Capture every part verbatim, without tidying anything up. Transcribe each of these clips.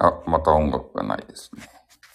あ、また音楽がないですね。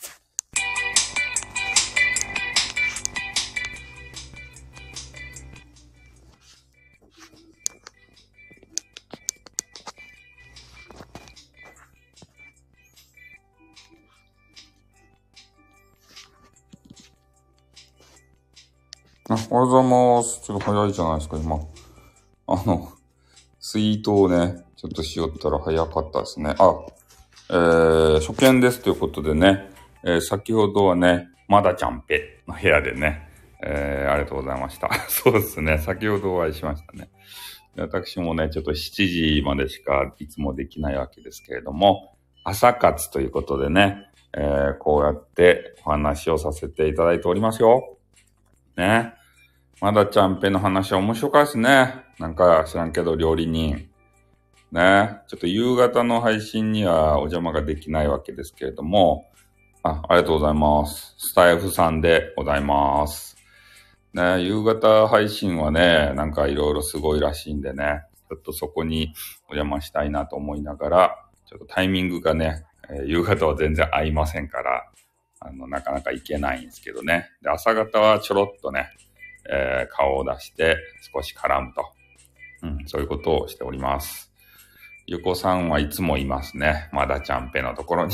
あ、おはようございます。ちょっと早いじゃないですか、今。あの、ツイートをね、ちょっとしよったら早かったですね。あ、えー、初見ですということでね、えー、先ほどはね、まだちゃんぺの部屋でね、えー、ありがとうございました。そうですね、先ほどお会いしましたね。私もね、ちょっとしちじまでしかいつもできないわけですけれども、朝活ということでね、えー、こうやってお話をさせていただいておりますよ。ね。まだちゃんぺの話は面白かですね。なんか知らんけど料理人。ね。ちょっと夕方の配信にはお邪魔ができないわけですけれども、あ、ありがとうございます。スタイフさんでございます。ね、夕方配信はね、なんかいろいろすごいらしいんでね、ちょっとそこにお邪魔したいなと思いながら、ちょっとタイミングがね、えー、夕方は全然合いませんから、あの、なかなか行けないんですけどね。で、朝方はちょろっとね、えー、顔を出して少し絡むと。うん、そういうことをしております。ゆこさんはいつもいますね。まだちゃんぺのところに。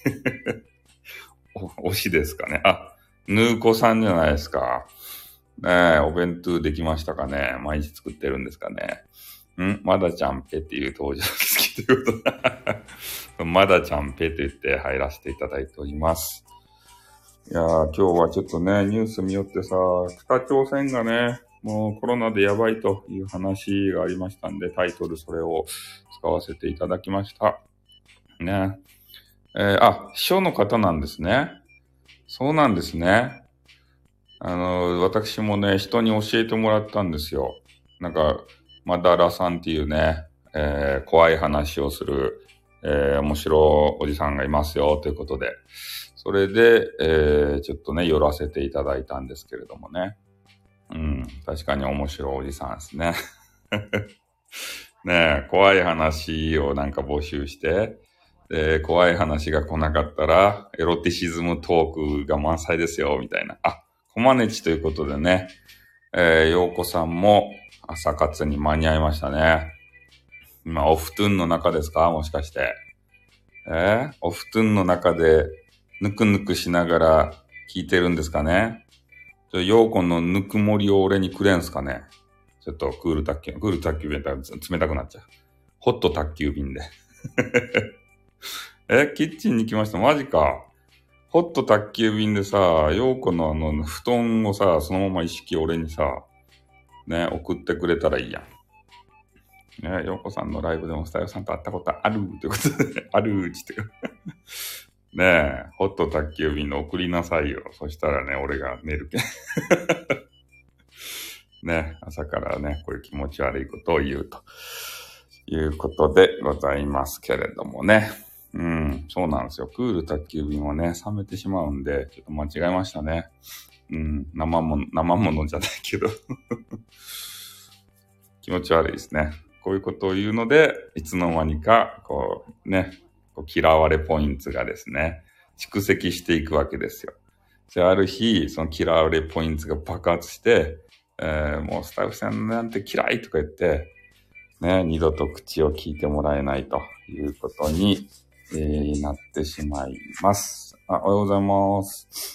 お、推しですかね。あ、ぬーこさんじゃないですか。ねえ、お弁当できましたかね。毎日作ってるんですかね。んまだちゃんぺっていう登場好きということまだちゃんぺと言って入らせていただいております。いやー、今日はちょっとね、ニュース見よってさ、北朝鮮がね、もうコロナでやばいという話がありましたんで、タイトルそれを使わせていただきました。ね。えー、あ、秘書の方なんですね。そうなんですね。あの、私もね、人に教えてもらったんですよ。なんか、マダラさんっていうね、えー、怖い話をする、えー、面白いおじさんがいますよ、ということで。それで、えー、ちょっとね、寄らせていただいたんですけれどもね。うん、確かに面白いおじさんですね。ねえ、怖い話をなんか募集して、で、怖い話が来なかったら、エロティシズムトークが満載ですよ、みたいな。あ、コマネチということでね、えー、ようこさんも朝活に間に合いましたね。今、お布団の中ですかもしかして。えー、お布団の中で、ぬくぬくしながら聞いてるんですかね。ちょ、ようこのぬくもりを俺にくれんすかね。ちょっとクール卓球、クール卓球便だ冷たくなっちゃう。ホット卓球便で。え、キッチンに来ました。マジか。ホット宅急便でさ、ようこのあの、布団をさ、そのまま意識俺にさ、ね、送ってくれたらいいやん。ね、ようこさんのライブでもスタイルさんと会ったことあるということで、あるーちってねえ、ホット宅急便の送りなさいよ。そしたらね、俺が寝るけん。ね、朝からね、こういう気持ち悪いことを言うということでございますけれどもね。うん、そうなんですよ。クール宅急便はね、冷めてしまうんで、ちょっと間違えましたね。うん、生もの、生ものじゃないけど。気持ち悪いですね。こういうことを言うので、いつの間にか、こう、ね、こう嫌われポイントがですね、蓄積していくわけですよ。じゃあ、ある日、その嫌われポイントが爆発して、えー、もうスタッフさんなんて嫌いとか言って、ね、二度と口を聞いてもらえないということに、えー、なってしまいます。あ、おはようございます。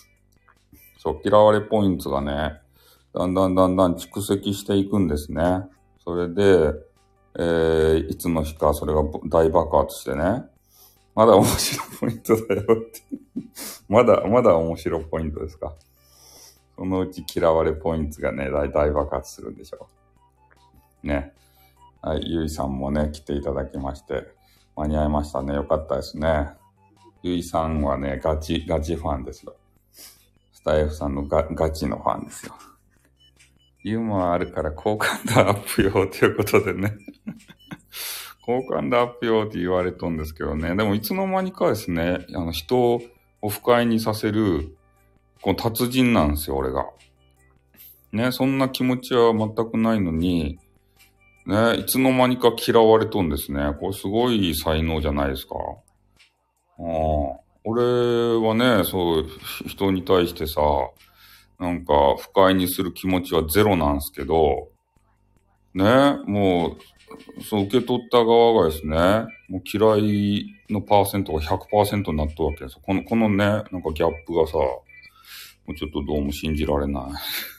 そう、嫌われポイントがね、だんだんだんだん蓄積していくんですね。それで、えー、いつの日かそれが大爆発してね、まだ面白いポイントだよってまだ、まだ面白いポイントですか。そのうち嫌われポイントがね、大大爆発するんでしょう。ね。はい、ゆいさんもね、来ていただきまして、間に合いましたね。よかったですね。ゆいさんはね、ガチ、ガチファンですよ。スタイフさんのガガチのファンですよ。ユーモアあるから好感度アップよということでね。好感度アップよって言われとんですけどね。でもいつの間にかですね、あの人をオフ会にさせる、この達人なんですよ、俺が。ね、そんな気持ちは全くないのに、ね、いつの間にか嫌われとんですね。これすごい才能じゃないですか。 ああ、俺はね、そう、ひ人に対してさ、なんか不快にする気持ちはゼロなんすけど、ね、もう、そう受け取った側がですね、もう嫌いのパーセントがひゃくパーセントになったわけですよ。この、このね、なんかギャップがさ、もうちょっとどうも信じられない。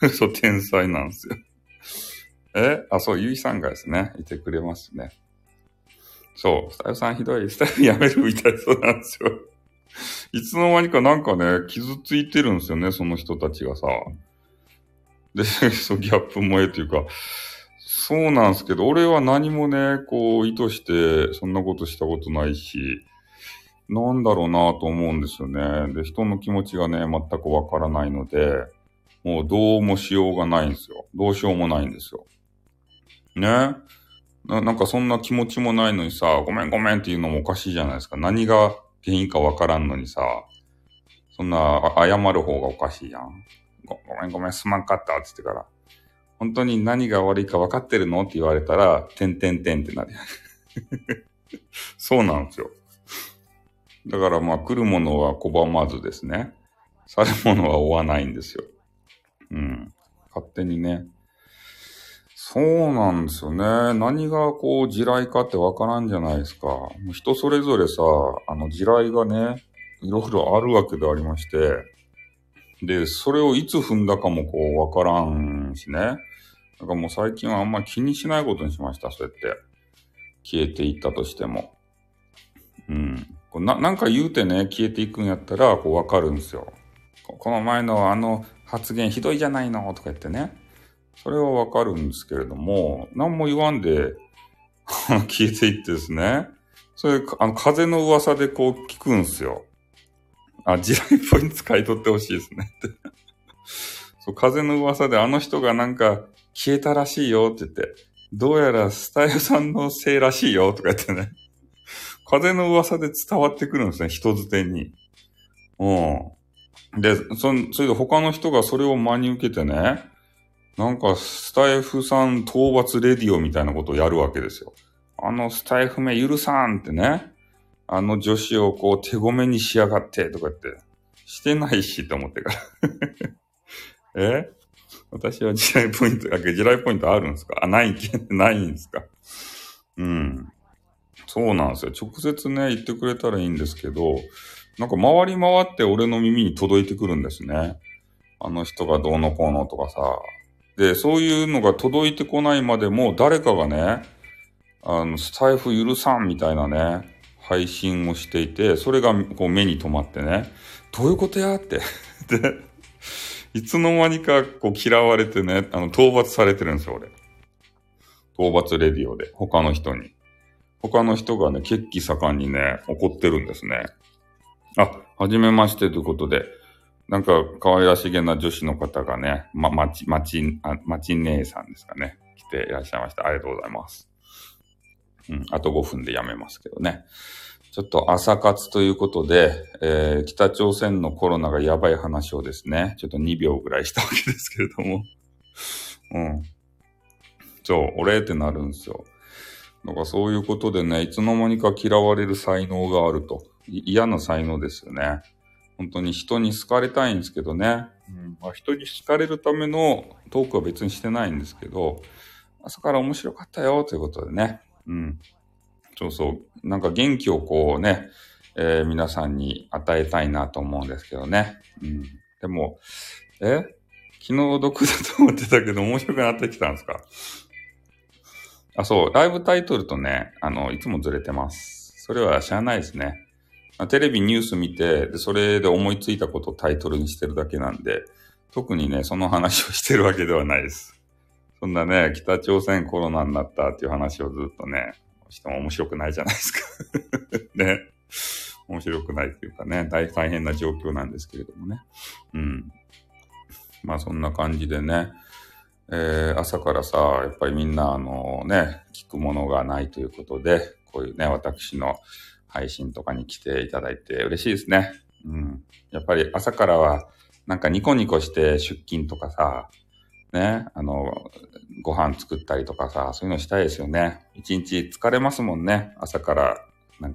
そう、天才なんですよ。えあ、そう、ゆいさんがですね、いてくれますね。そう、スタイルさんひどい、スタイルやめるみたいそうなんですよ。いつの間にかなんかね、傷ついてるんですよね、その人たちがさ。で、そう、ギャップ萌えというか、そうなんですけど、俺は何もね、こう、意図して、そんなことしたことないし、なんだろうなと思うんですよね。で、人の気持ちがね、全くわからないので、もうどうもしようがないんですよ。どうしようもないんですよ。ね。な、なんかそんな気持ちもないのにさ、ごめんごめんっていうのもおかしいじゃないですか。何が原因かわからんのにさ、そんなあ謝る方がおかしいやん。ご、ごめんごめんすまんかったって言ってから。本当に何が悪いか分かってるのって言われたら、てんてんてんってなる。そうなんですよ。だからまあ来るものは拒まずですね。去るものは追わないんですよ。うん。勝手にね。そうなんですよね。何がこう地雷かってわからんじゃないですか。もう人それぞれさ、あの地雷がね、いろいろあるわけでありまして、で、それをいつ踏んだかもこうわからんしね。だからもう最近はあんまり気にしないことにしました、そうやって。消えていったとしても。うん。こうな、なんか言うてね、消えていくんやったら、こうわかるんですよ。ここの前のあの発言ひどいじゃないのとか言ってね。それはわかるんですけれども、何も言わんで消えていってですね。それ、あの、風の噂でこう聞くんですよ。あ、地雷ポイント使い取ってほしいですねそう、風の噂であの人がなんか消えたらしいよって言って、どうやらスタイルさんのせいらしいよとか言ってね。風の噂で伝わってくるんですね、人づてに。うん。で、そん、それで他の人がそれを真に受けてね、なんかスタイフさん討伐レディオみたいなことをやるわけですよ。あのスタイフ名許さんってね、あの女子をこう手ごめにしやがってとか言って、してないしって思ってからえ私は地雷ポイント、あ、地雷ポイントあるんですかあ、ない、ないんですかうん。そうなんですよ。直接ね、言ってくれたらいいんですけど、なんか回り回って俺の耳に届いてくるんですね。あの人がどうのこうのとかさ。で、そういうのが届いてこないまでも誰かがね、あの、スタイフ許さんみたいなね、配信をしていて、それがこう目に留まってね、どういうことやって。で、いつの間にかこう嫌われてね、あの、討伐されてるんですよ、俺。討伐レディオで、他の人に。他の人がね、血気盛んにね、怒ってるんですね。あ、はじめましてということで、なんか可愛らしげな女子の方がね、ま、まち、まち、あ、まち姉さんですかね。来ていらっしゃいました。ありがとうございます。うん、あとごふんでやめますけどね。ちょっと朝活ということで、えー、北朝鮮のコロナがやばい話をですね、ちょっとにびょうぐらいしたわけですけれども。うん。そう、俺ってなるんですよ。だからそういうことでね、いつの間にか嫌われる才能があると。嫌な才能ですよね。本当に人に好かれたいんですけどね。うんまあ、人に好かれるためのトークは別にしてないんですけど、朝から面白かったよということでね。うん。そうそう。なんか元気をこうね、えー、皆さんに与えたいなと思うんですけどね。うん。でも、え昨日毒だと思ってたけど面白くなってきたんですかあ、そう。ライブタイトルとね、あの、いつもずれてます。それは知らないですね。テレビニュース見て、で、それで思いついたことをタイトルにしてるだけなんで、特にね、その話をしてるわけではないです。そんなね、北朝鮮コロナになったっていう話をずっとね、しても面白くないじゃないですか。ね。面白くないっていうかね、大大変な状況なんですけれどもね。うん。まあそんな感じでね、えー、朝からさ、やっぱりみんなあのね、聞くものがないということで、こういうね、私の配信とかに来ていただいて嬉しいですね。うん。やっぱり朝からは、なんかニコニコして出勤とかさ、ね、あの、ご飯作ったりとかさ、そういうのしたいですよね。一日疲れますもんね。朝からなんか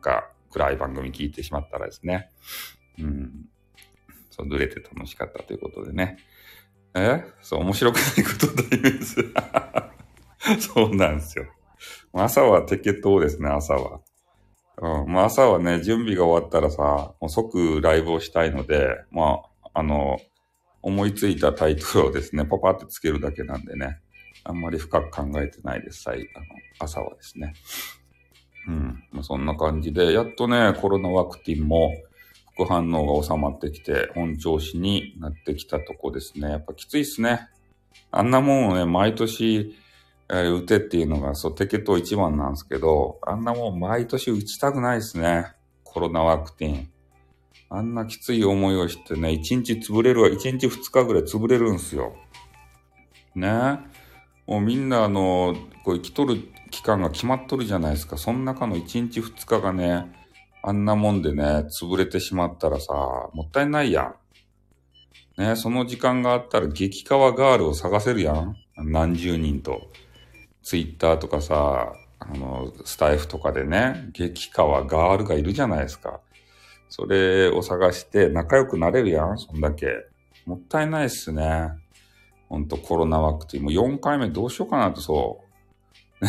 暗い番組聞いてしまったらですね。うん。そう、ずれて楽しかったということでね。えそう、面白くないこと大名です。そうなんですよ。朝は適当ですね、朝は。うん。まあ朝はね、準備が終わったらさ、もう即ライブをしたいので、まあ、あの、思いついたタイトルをですね、パパってつけるだけなんでね、あんまり深く考えてないです、あの、朝はですね。うん。まあ、そんな感じで、やっとね、コロナワクチンも副反応が収まってきて、本調子になってきたとこですね。やっぱきついっすね。あんなもんをね、毎年、えー打てっていうのが、そう、テケト一番なんですけど、あんなもん毎年打ちたくないですね。コロナワクチン。あんなきつい思いをしてね、一日潰れるわ、一日二日ぐらい潰れるんすよ。ね。もうみんなあの、こう生きとる期間が決まっとるじゃないですか。その中の一日二日がね、あんなもんでね、潰れてしまったらさ、もったいないやん。ね、その時間があったら激カワガールを探せるやん。何十人と。ツイッターとかさ、あの、スタイフとかでね、激カワガールがいるじゃないですか。それを探して仲良くなれるやん、そんだけ。もったいないっすね。ほんとコロナワクチン。もうよんかいめどうしようかなと、そう。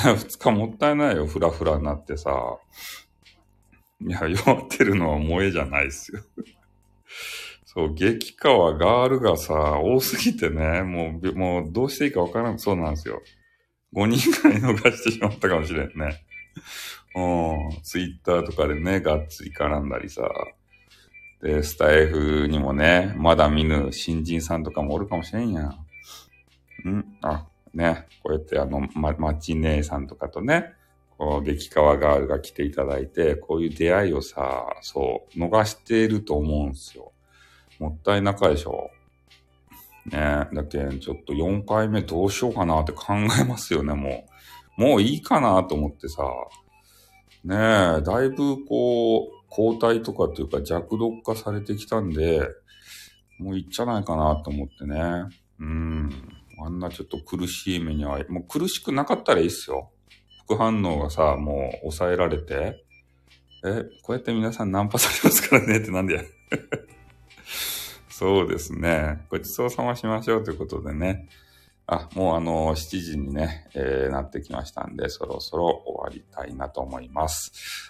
ふつかもったいないよ、フラフラになってさ。いや、弱ってるのは萌えじゃないっすよ。そう、激化はガールがさ、多すぎてね、もう、もうどうしていいかわからん、そうなんですよ。ごにんくらい逃してしまったかもしれんね。うん、ツイッターとかでね、がっつり絡んだりさ。で、スタイフにもね、まだ見ぬ新人さんとかもおるかもしれんやん。んあ、ね、こうやってあの、ま、マッチ姉さんとかとね、こう、激カワガールが来ていただいて、こういう出会いをさ、そう、逃していると思うんすよ。もったいなかでしょ。ねだけん、ちょっとよんかいめどうしようかなって考えますよね、もう。もういいかなと思ってさ。ねえ、だいぶこう、抗体とかっていうか弱毒化されてきたんで、もういっちゃないかなと思ってね。うん。あんなちょっと苦しい目には、もう苦しくなかったらいいっすよ。副反応がさ、もう抑えられて。え、こうやって皆さんナンパされますからねってなんでや。そうですね。ごちそうさましましょうということでね。あ、もうあの、しちじにね、えー、なってきましたんで、そろそろ終わりたいなと思います。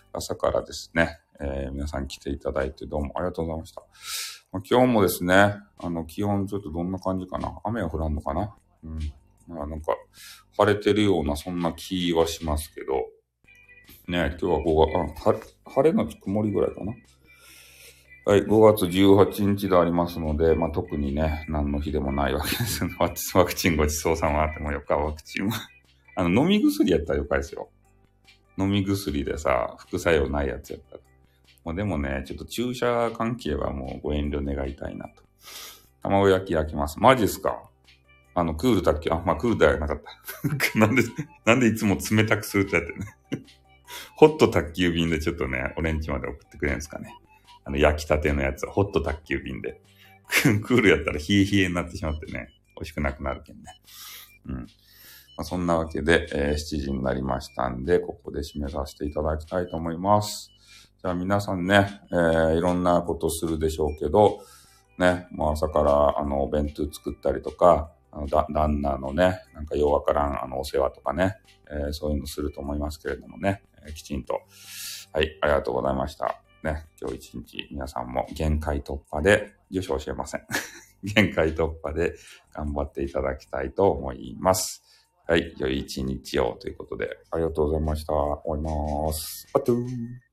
朝からですね、えー、皆さん来ていただいてどうもありがとうございました。まあ、今日もですね、あの、気温ちょっとどんな感じかな。雨は降らんのかな。うん。まあなんか、晴れてるようなそんな気はしますけど、ね、今日はごがつ、あ、晴れのち曇りぐらいかな。はい、ごがつじゅうはちにちでありますので、まあ、特にね、何の日でもないわけですよね。ワクチンごちそうさまってもよか、ワクチンは。あの、飲み薬やったらよかですよ。飲み薬でさ、副作用ないやつやったら。もうでもね、ちょっと注射関係はもうご遠慮願いたいなと。卵焼き焼きます。マジっすか？あの、クール卓球、あ、まあ、クールではなかった。なんで、なんでいつも冷たくするってやってね。ホット卓球便でちょっとね、俺ん家まで送ってくれるんですかね。あの、焼きたてのやつ、ホット卓球便で。クールやったら冷え冷えになってしまってね、美味しくなくなるけんね。うん。まあ、そんなわけで、えー、しちじになりましたんで、ここで締めさせていただきたいと思います。じゃあ皆さんね、えー、いろんなことするでしょうけど、ね、もう朝からあの、お弁当作ったりとか、あのだ旦那のね、なんかようわからんあの、お世話とかね、えー、そういうのすると思いますけれどもね、えー、きちんと。はい、ありがとうございました。ね、今日一日皆さんも限界突破で、住所教えません。限界突破で頑張っていただきたいと思います。はい、良い一日をということで、ありがとうございました。終わります。あとー。